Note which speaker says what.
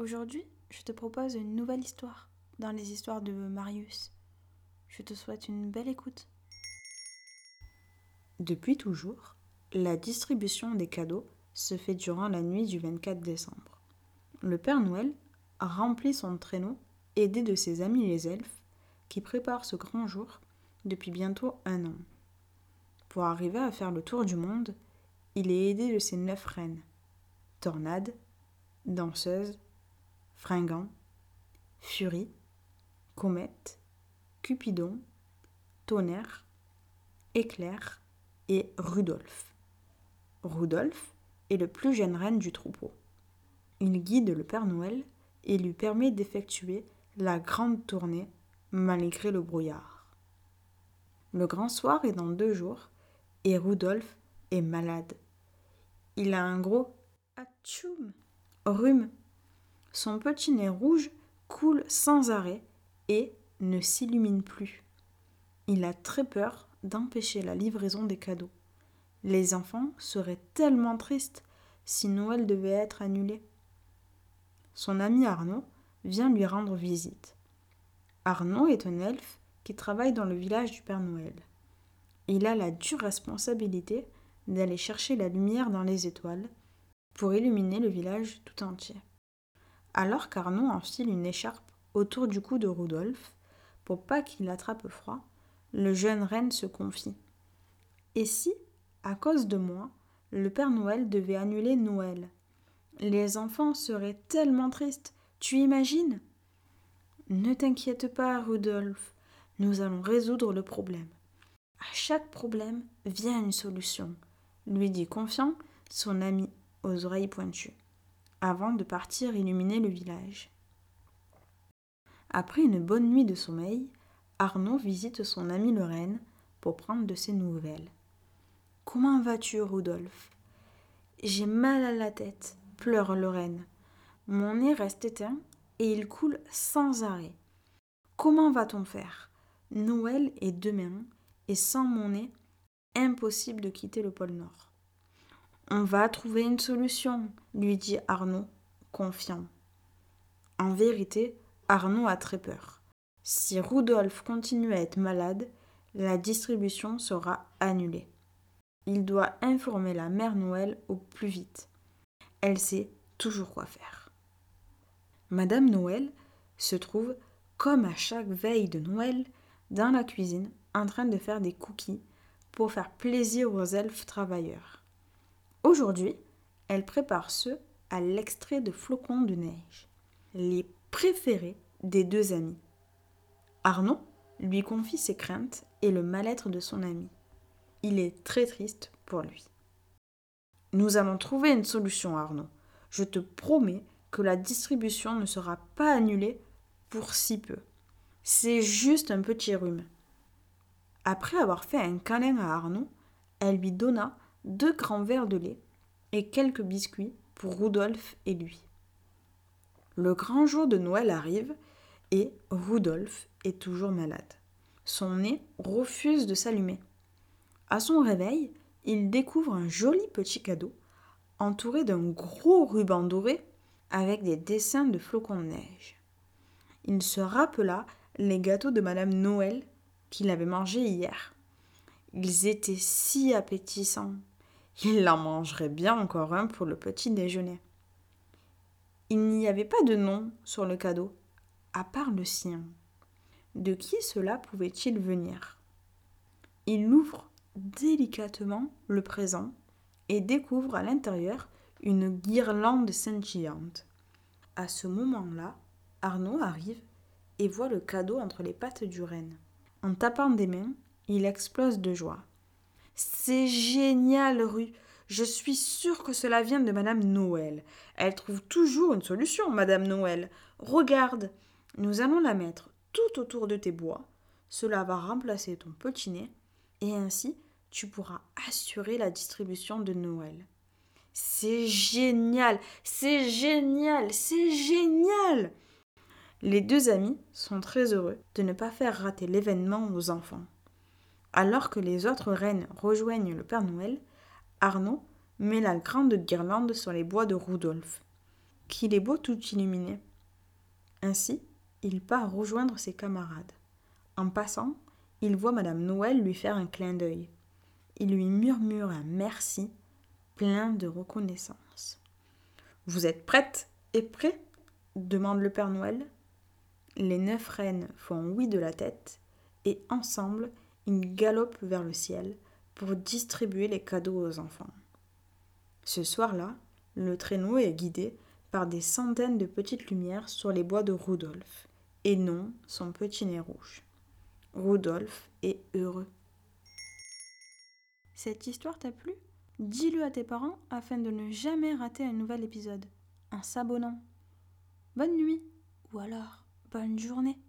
Speaker 1: Aujourd'hui, je te propose une nouvelle histoire dans les histoires de Marius. Je te souhaite une belle écoute.
Speaker 2: Depuis toujours, la distribution des cadeaux se fait durant la nuit du 24 décembre. Le Père Noël remplit son traîneau aidé de ses amis les elfes qui préparent ce grand jour depuis bientôt 1 an. Pour arriver à faire le tour du monde, il est aidé de ses 9 reines: Tornade, Danseuse, Fringant, Furie, Comète, Cupidon, Tonnerre, Éclair et Rudolphe. Rudolphe est le plus jeune renne du troupeau. Il guide le Père Noël et lui permet d'effectuer la grande tournée malgré le brouillard. Le grand soir est dans 2 jours et Rudolphe est malade. Il a un gros atchoum, rhume. Son petit nez rouge coule sans arrêt et ne s'illumine plus. Il a très peur d'empêcher la livraison des cadeaux. Les enfants seraient tellement tristes si Noël devait être annulé. Son ami Arnaud vient lui rendre visite. Arnaud est un elfe qui travaille dans le village du Père Noël. Il a la dure responsabilité d'aller chercher la lumière dans les étoiles pour illuminer le village tout entier. Alors qu'Arnaud enfile une écharpe autour du cou de Rudolphe pour pas qu'il attrape froid, le jeune renne se confie. Et si, à cause de moi, le Père Noël devait annuler Noël? Les enfants seraient tellement tristes, tu imagines? Ne t'inquiète pas, Rudolphe, nous allons résoudre le problème. À chaque problème vient une solution, lui dit confiant son ami aux oreilles pointues, avant de partir illuminer le village. Après une bonne nuit de sommeil, Arnaud visite son ami le renne pour prendre de ses nouvelles. « Comment vas-tu, Rudolphe ? » « J'ai mal à la tête, pleure le renne. Mon nez reste éteint et il coule sans arrêt. Comment va-t-on faire ? Noël est demain et sans mon nez, impossible de quitter le pôle Nord. On va trouver une solution, lui dit Arnaud, confiant. En vérité, Arnaud a très peur. Si Rudolphe continue à être malade, la distribution sera annulée. Il doit informer la mère Noël au plus vite. Elle sait toujours quoi faire. Madame Noël se trouve, comme à chaque veille de Noël, dans la cuisine en train de faire des cookies pour faire plaisir aux elfes travailleurs. Aujourd'hui, elle prépare ceux à l'extrait de flocons de neige, les préférés des 2 amis. Arnaud lui confie ses craintes et le mal-être de son ami. Il est très triste pour lui. Nous allons trouver une solution, Arnaud. Je te promets que la distribution ne sera pas annulée pour si peu. C'est juste un petit rhume. Après avoir fait un câlin à Arnaud, elle lui donna 2 grands verres de lait et quelques biscuits pour Rudolphe et lui. Le grand jour de Noël arrive et Rudolphe est toujours malade. Son nez refuse de s'allumer. À son réveil, il découvre un joli petit cadeau entouré d'un gros ruban doré avec des dessins de flocons de neige. Il se rappela les gâteaux de Madame Noël qu'il avait mangés hier. Ils étaient si appétissants. Il en mangerait bien encore un pour le petit déjeuner. Il n'y avait pas de nom sur le cadeau, à part le sien. De qui cela pouvait-il venir ? Il ouvre délicatement le présent et découvre à l'intérieur une guirlande scintillante. À ce moment-là, Arnaud arrive et voit le cadeau entre les pattes du renne. En tapant des mains, il explose de joie. « C'est génial, Ru. Je suis sûre que cela vient de Madame Noël. Elle trouve toujours une solution, Madame Noël. Regarde, nous allons la mettre tout autour de tes bois. Cela va remplacer ton petit nez et ainsi tu pourras assurer la distribution de Noël. » C'est génial, c'est génial, c'est génial! Les 2 amis sont très heureux de ne pas faire rater l'événement aux enfants. Alors que les autres reines rejoignent le Père Noël, Arnaud met la grande guirlande sur les bois de Rudolphe. qu'il est beau tout illuminé. Ainsi, il part rejoindre ses camarades. En passant, il voit Madame Noël lui faire un clin d'œil. Il lui murmure un merci plein de reconnaissance. « Vous êtes prêtes et prêts ?» demande le Père Noël. Les 9 reines font oui de la tête et ensemble, ils galopent vers le ciel pour distribuer les cadeaux aux enfants. Ce soir-là, le traîneau est guidé par des centaines de petites lumières sur les bois de Rudolf, et non son petit nez rouge. Rudolf est heureux.
Speaker 1: Cette histoire t'a plu ? Dis-le à tes parents afin de ne jamais rater un nouvel épisode, en s'abonnant. Bonne nuit, ou alors bonne journée.